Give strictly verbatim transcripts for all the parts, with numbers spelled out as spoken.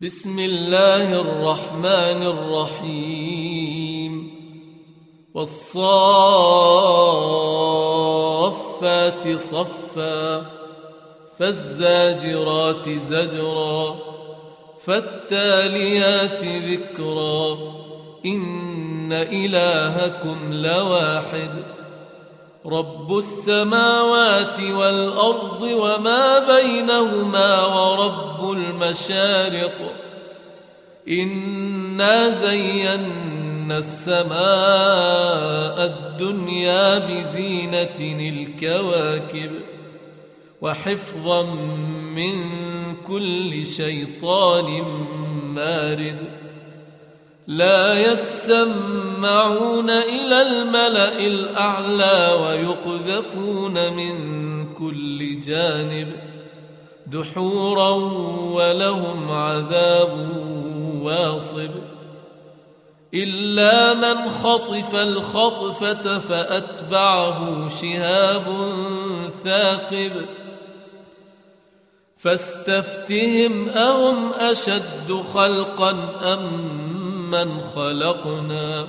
بسم الله الرحمن الرحيم والصافات صفا فالزاجرات زجرا فالتاليات ذكرا إن إلهكم لواحد رب السماوات والأرض وما بينهما ورب المشارق إنا زينا السماء الدنيا بزينة الكواكب وحفظا من كل شيطان مارد لا يسمعون إلى الملأ الأعلى ويقذفون من كل جانب دحورا ولهم عذاب واصب إلا من خطف الخطفة فأتبعه شهاب ثاقب فاستفتهم أهم أشد خلقا أم من خلقنا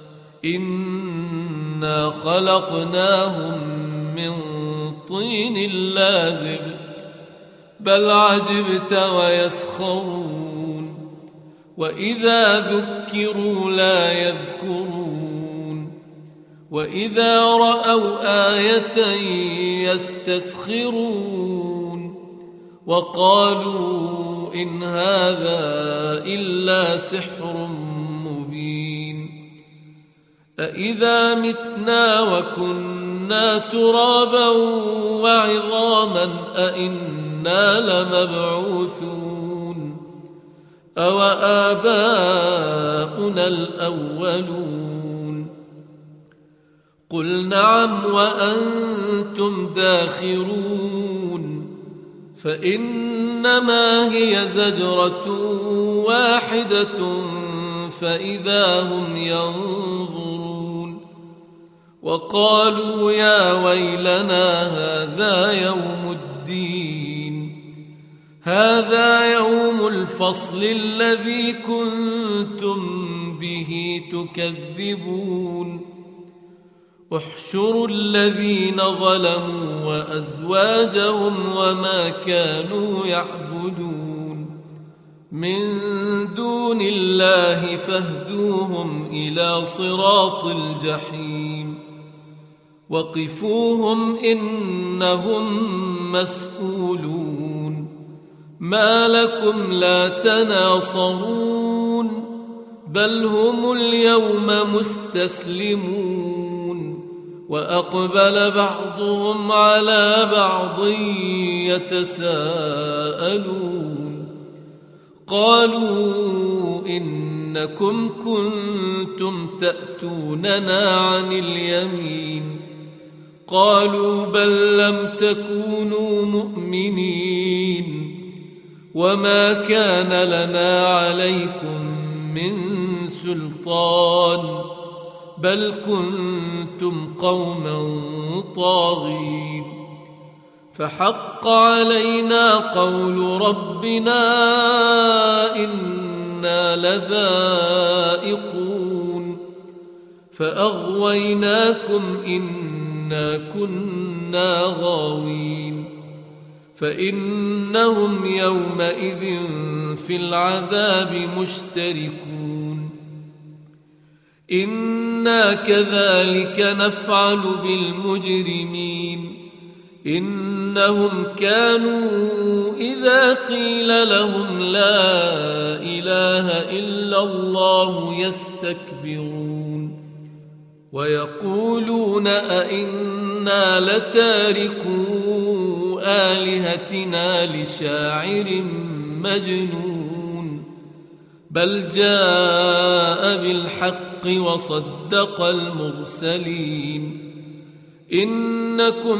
إنا خلقناهم من طين لازب بل عجبت ويسخرون وإذا ذكروا لا يذكرون وإذا رأوا آية يستسخرون وقالوا إن هذا إلا سحر مبين أإذا متنا وكنا ترابا وعظاما أإنا لمبعوثون أو آباؤنا الأولون قل نعم وأنتم داخرون فإنما هي زجرة واحدة فإذا هم ينظرون وقالوا يا ويلنا هذا يوم الدين هذا يوم الفصل الذي كنتم به تكذبون احشروا الذين ظلموا وأزواجهم وما كانوا يعبدون من دون الله فاهدوهم إلى صراط الجحيم وقفوهم إنهم مسؤولون ما لكم لا تناصرون بل هم اليوم مستسلمون وأقبل بعضهم على بعض يتساءلون قالوا إنكم كنتم تأتوننا عن اليمين قالوا بل لم تكونوا مؤمنين وما كان لنا عليكم من سلطان بل كنتم قوما طاغين فحق علينا قول ربنا إنا لذائقون فأغويناكم إنا كنا غاوين فإنهم يومئذ في العذاب مشتركون إنا كذلك نفعل بالمجرمين إنهم كانوا إذا قيل لهم لا إله إلا الله يستكبرون ويقولون أئنا لتاركو آلهتنا لشاعر مجنون بل جاء بالحق وصدق المرسلين إنكم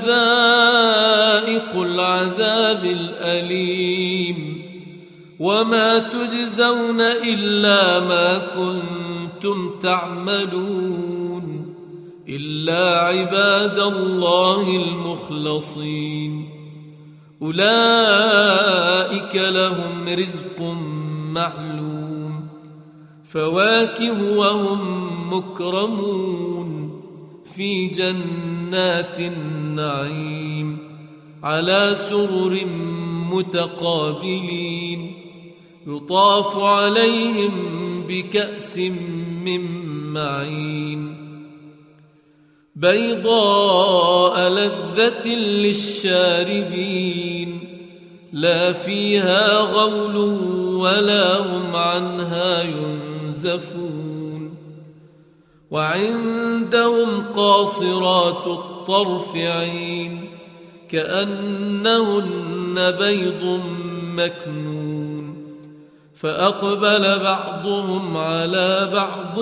لذائق العذاب الأليم وما تجزون إلا ما كنتم تعملون إلا عباد الله المخلصين أولئك لهم رزق معلوم فواكه وهم مكرمون في جنات النعيم على سرر متقابلين يطاف عليهم بكأس من معين بيضاء لذة للشاربين لا فيها غول ولا هم عنها ينزفون وعندهم قاصرات الطرف عين كأنهن بيض مكنون فأقبل بعضهم على بعض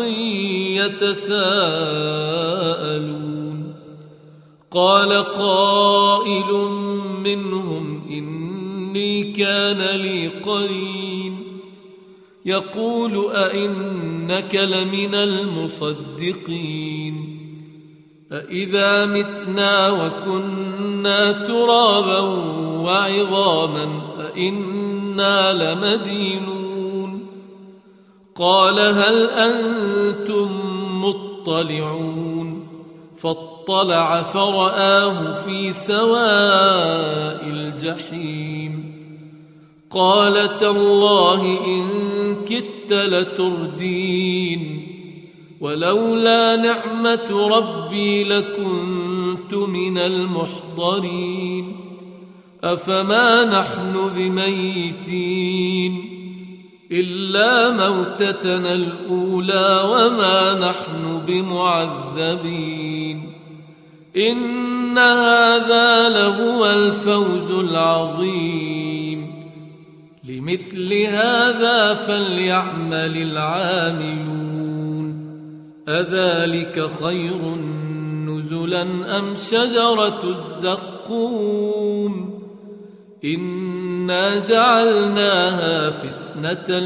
يتساءلون قال قائل منهم إني كان لي قرين يقول أئنك لمن المصدقين أإذا متنا وكنا ترابا وعظاما أئنا لمدينون قال هل أنتم مطلعون فاطلع فرآه في سواء الجحيم قال تالله إن كدت لتردين ولولا نعمة ربي لكنت من المحضرين أفما نحن بميتين إلا موتتنا الأولى وما نحن بمعذبين إن هذا لهو الفوز العظيم لمثل هذا فليعمل العاملون أذلك خير نزلا أم شجرة الزقوم إنا جعلناها فتنة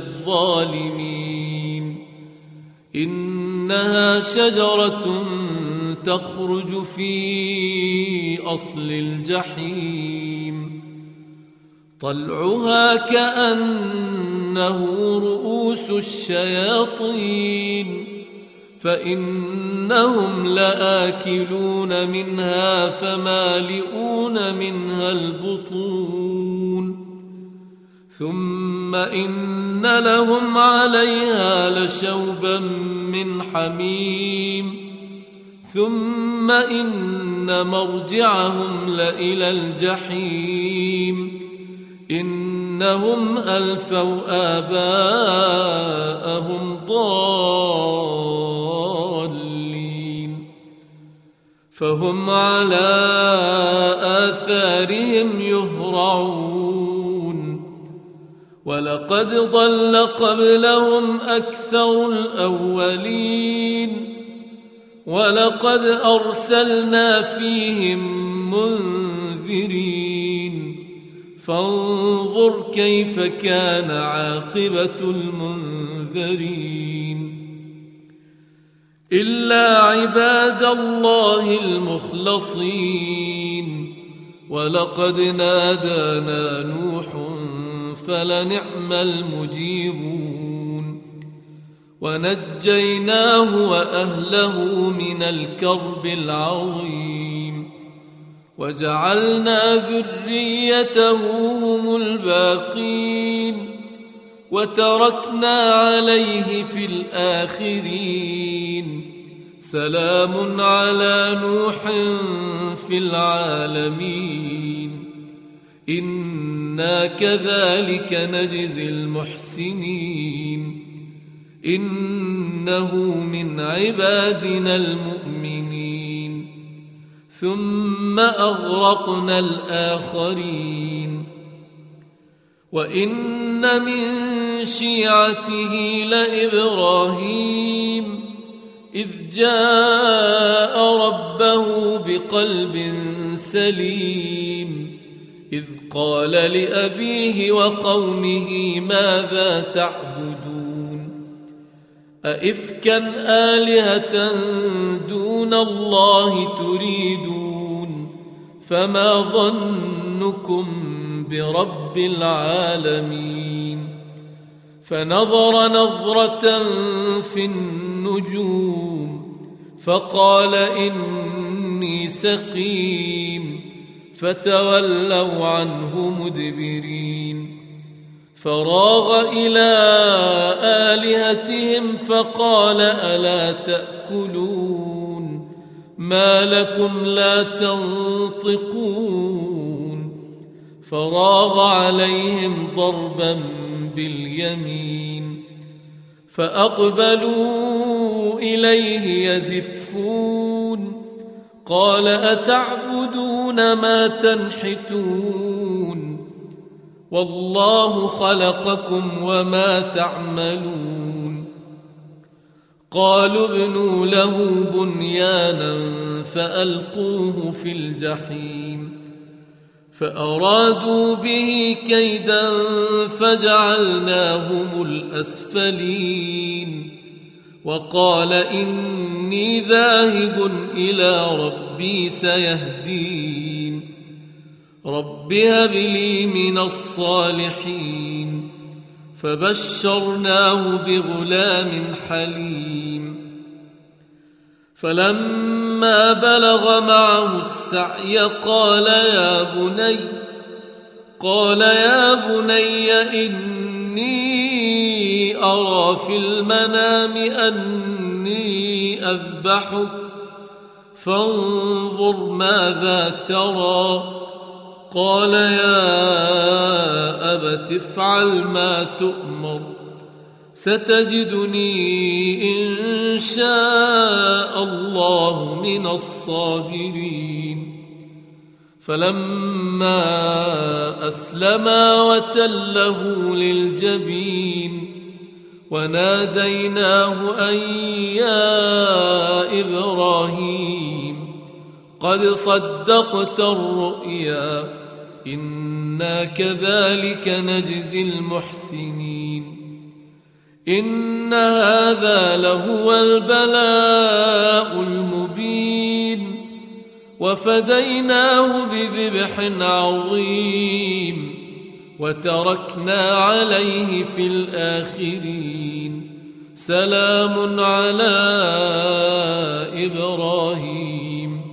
للظالمين إنها شجرة تخرج في أصل الجحيم طلعها كأنه رؤوس الشياطين فإنهم لآكلون منها فمالئون منها البطون ثم إن لهم عليها لشوبا من حميم ثم إن مرجعهم لإلى الجحيم إنهم ألفوا آباءهم ضالين فهم على آثارهم يهرعون ولقد ضل قبلهم أكثر الأولين ولقد أرسلنا فيهم منذرين فانظر كيف كان عاقبة المنذرين إلا عباد الله المخلصين ولقد نادانا نوح فلنعم المجيبون ونجيناه وأهله من الكرب العظيم وجعلنا ذريته هم الباقين وتركنا عليه في الآخرين سلام على نوح في العالمين إنا كذلك نجزي المحسنين إنه من عبادنا المؤمنين ثم أغرقنا الآخرين وإن من شيعته لإبراهيم إذ جاء ربه بقلب سليم إذ قال لأبيه وقومه ماذا تعبدون أئفكا آلهة دون الله تريدون فما ظن ظنكم برب العالمين. فنظر نظرة في النجوم فقال إني سقيم، فتولوا عنه مدبرين. فراغ إلى آلهتهم فقال ألا تأكلون ما لكم لا تنطقون. فراغ عليهم ضربا باليمين فأقبلوا إليه يزفون. قال أتعبدون ما تنحتون والله خلقكم وما تعملون. قالوا ابنوا له بنيانا فألقوه في الجحيم. فأرادوا به كيدا فجعلناهم الأسفلين. وقال إني ذاهب إلى ربي سيهدين. رب هب لي من الصالحين. فبشرناه بغلام حليم. فلما بلغ معه السعي قال يا بني قال يا بني إني أرى في المنام أني أذبحك فانظر ماذا ترى. قال يا أبت افعل ما تؤمر ستجدني إن شاء الله من الصابرين. فلما أسلما وتله للجبين وناديناه أن يا إبراهيم قد صدقت الرؤيا إنا كذلك نجزي المحسنين. إن هذا لهو البلاء المبين. وفديناه بذبح عظيم وتركنا عليه في الآخرين. سلام على إبراهيم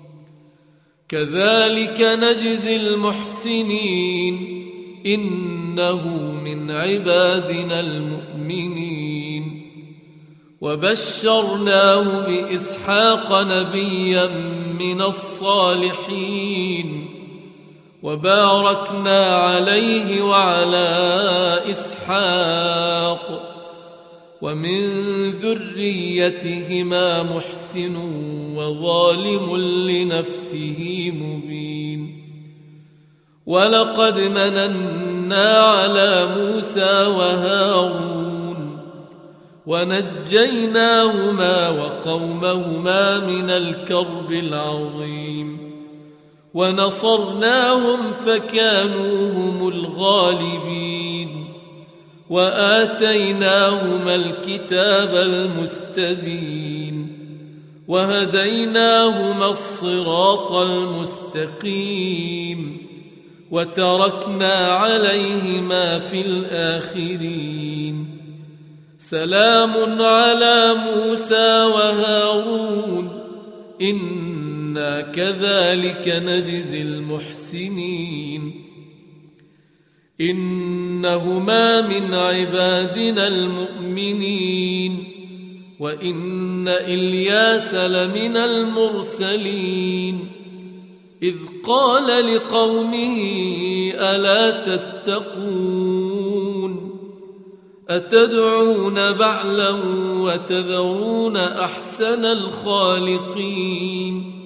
كذلك نجزي المحسنين. إنه من عبادنا المؤمنين. وبشرناه بإسحاق نبيا من الصالحين. وباركنا عليه وعلى إسحاق ومن ذريتهما محسن وظالم لنفسه مبين. ولقد مننا على موسى وهارون ونجيناهما وقومهما من الكرب العظيم. ونصرناهم فكانوا هم الغالبين. وآتيناهما الكتاب المستبين. وهديناهما الصراط المستقيم. وتركنا عليهما في الآخرين. سلام على موسى وهارون إنا كذلك نجزي المحسنين. إنهما من عبادنا المؤمنين. وإن إلياس لمن المرسلين. إذ قال لقومه ألا تتقون أتدعون بعلا وتذرون أحسن الخالقين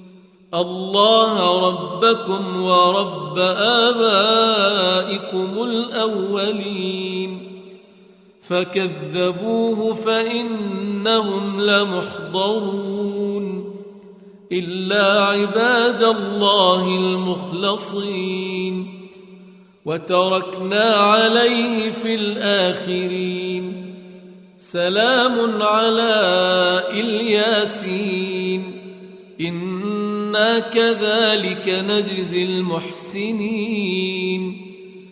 الله ربكم ورب آبائكم الأولين. فكذبوه فإنهم لمحضرون إلا عباد الله المخلصين. وتركنا عليه في الآخرين. سلام على الياسين إنا إنا كذلك نجزي المحسنين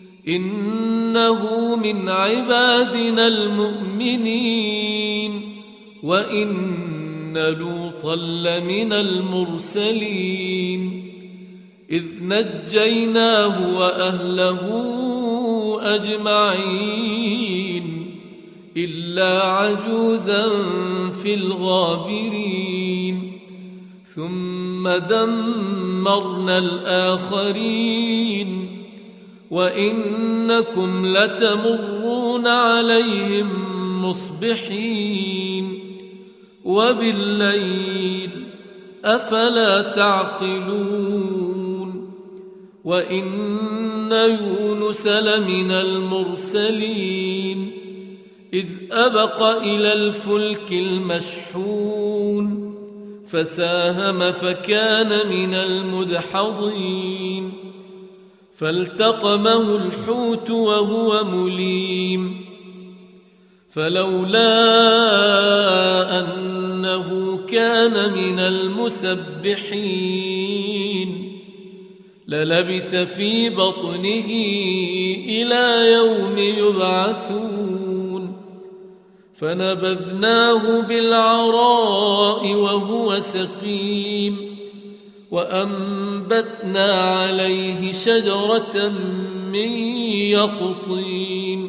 إنه من عبادنا المؤمنين وإن لوطا لمن المرسلين إذ نجيناه وأهله أجمعين إلا عجوزا في الغابرين ثم دمرنا الآخرين وإنكم لتمرون عليهم مصبحين وبالليل أفلا تعقلون وإن يونس لمن المرسلين إذ أبق إلى الفلك المشحون فساهم فكان من المدحضين فالتقمه الحوت وهو مليم فلولا أنه كان من المسبحين للبث في بطنه إلى يوم يبعثون فنبذناه بالعراء وهو سقيم وأنبتنا عليه شجرة من يقطين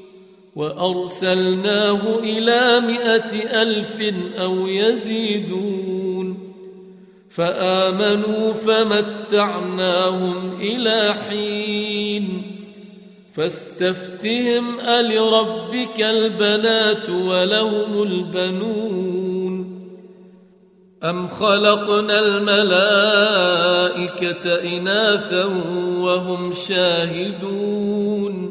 وأرسلناه إلى مائة ألف أو يزيدون فآمنوا فمتعناهم إلى حين فاستفتهم ألربك البنات ولهم البنون أم خلقنا الملائكة إناثا وهم شاهدون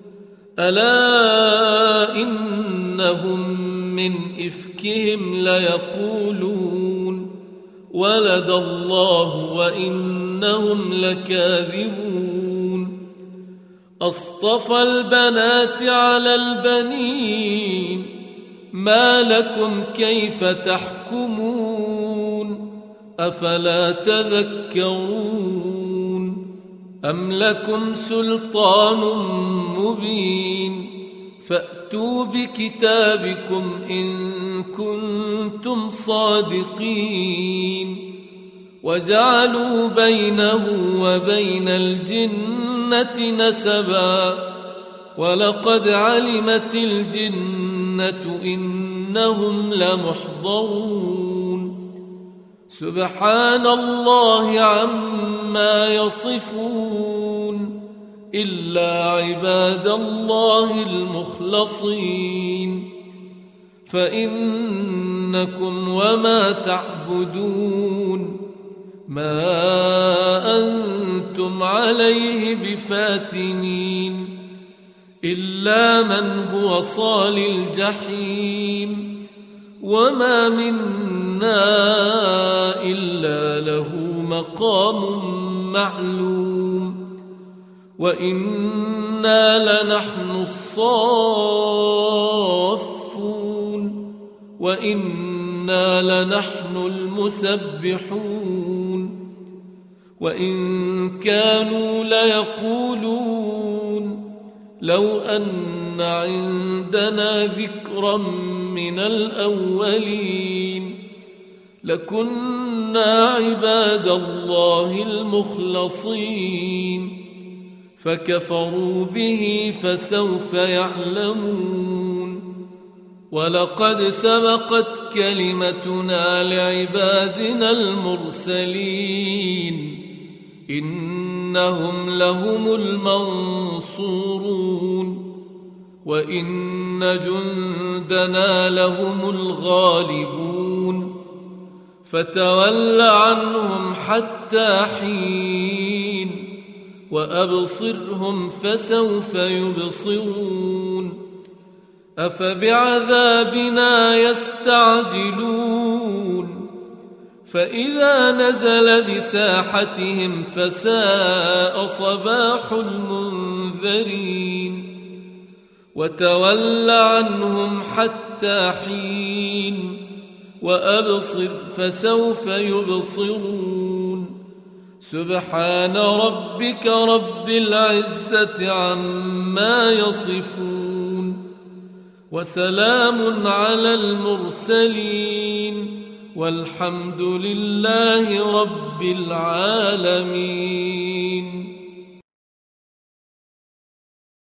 ألا إنهم من إفكهم ليقولون ولد الله وإنهم لكاذبون أصطفى البنات على البنين ما لكم كيف تحكمون أفلا تذكرون أم لكم سلطان مبين فأتوا بكتابكم إن كنتم صادقين وجعلوا بينه وبين الجنة نسبا ولقد علمت الجنة إنهم لمحضرون سبحان الله عما يصفون إلا عباد الله المخلصين فإنكم وما تعبدون ما أنتم عليه بفاتنين إلا من هو صال الجحيم وما منا إلا له مقام معلوم وإنا لنحن الصافون وإنا لنحن المسبحون وإن كانوا ليقولون لو أن عندنا ذكرا من الأولين لكنا عباد الله المخلصين فكفروا به فسوف يعلمون ولقد سبقت كلمتنا لعبادنا المرسلين إنهم لهم المنصورون وإن جندنا لهم الغالبون فتول عنهم حتى حين وأبصرهم فسوف يبصرون أفبعذابنا يستعجلون فإذا نزل بساحتهم فساء صباح المنذرين وتول عنهم حتى حين وأبصر فسوف يبصرون سبحان ربك رب العزة عما يصفون وسلام على المرسلين والحمد لله رب العالمين.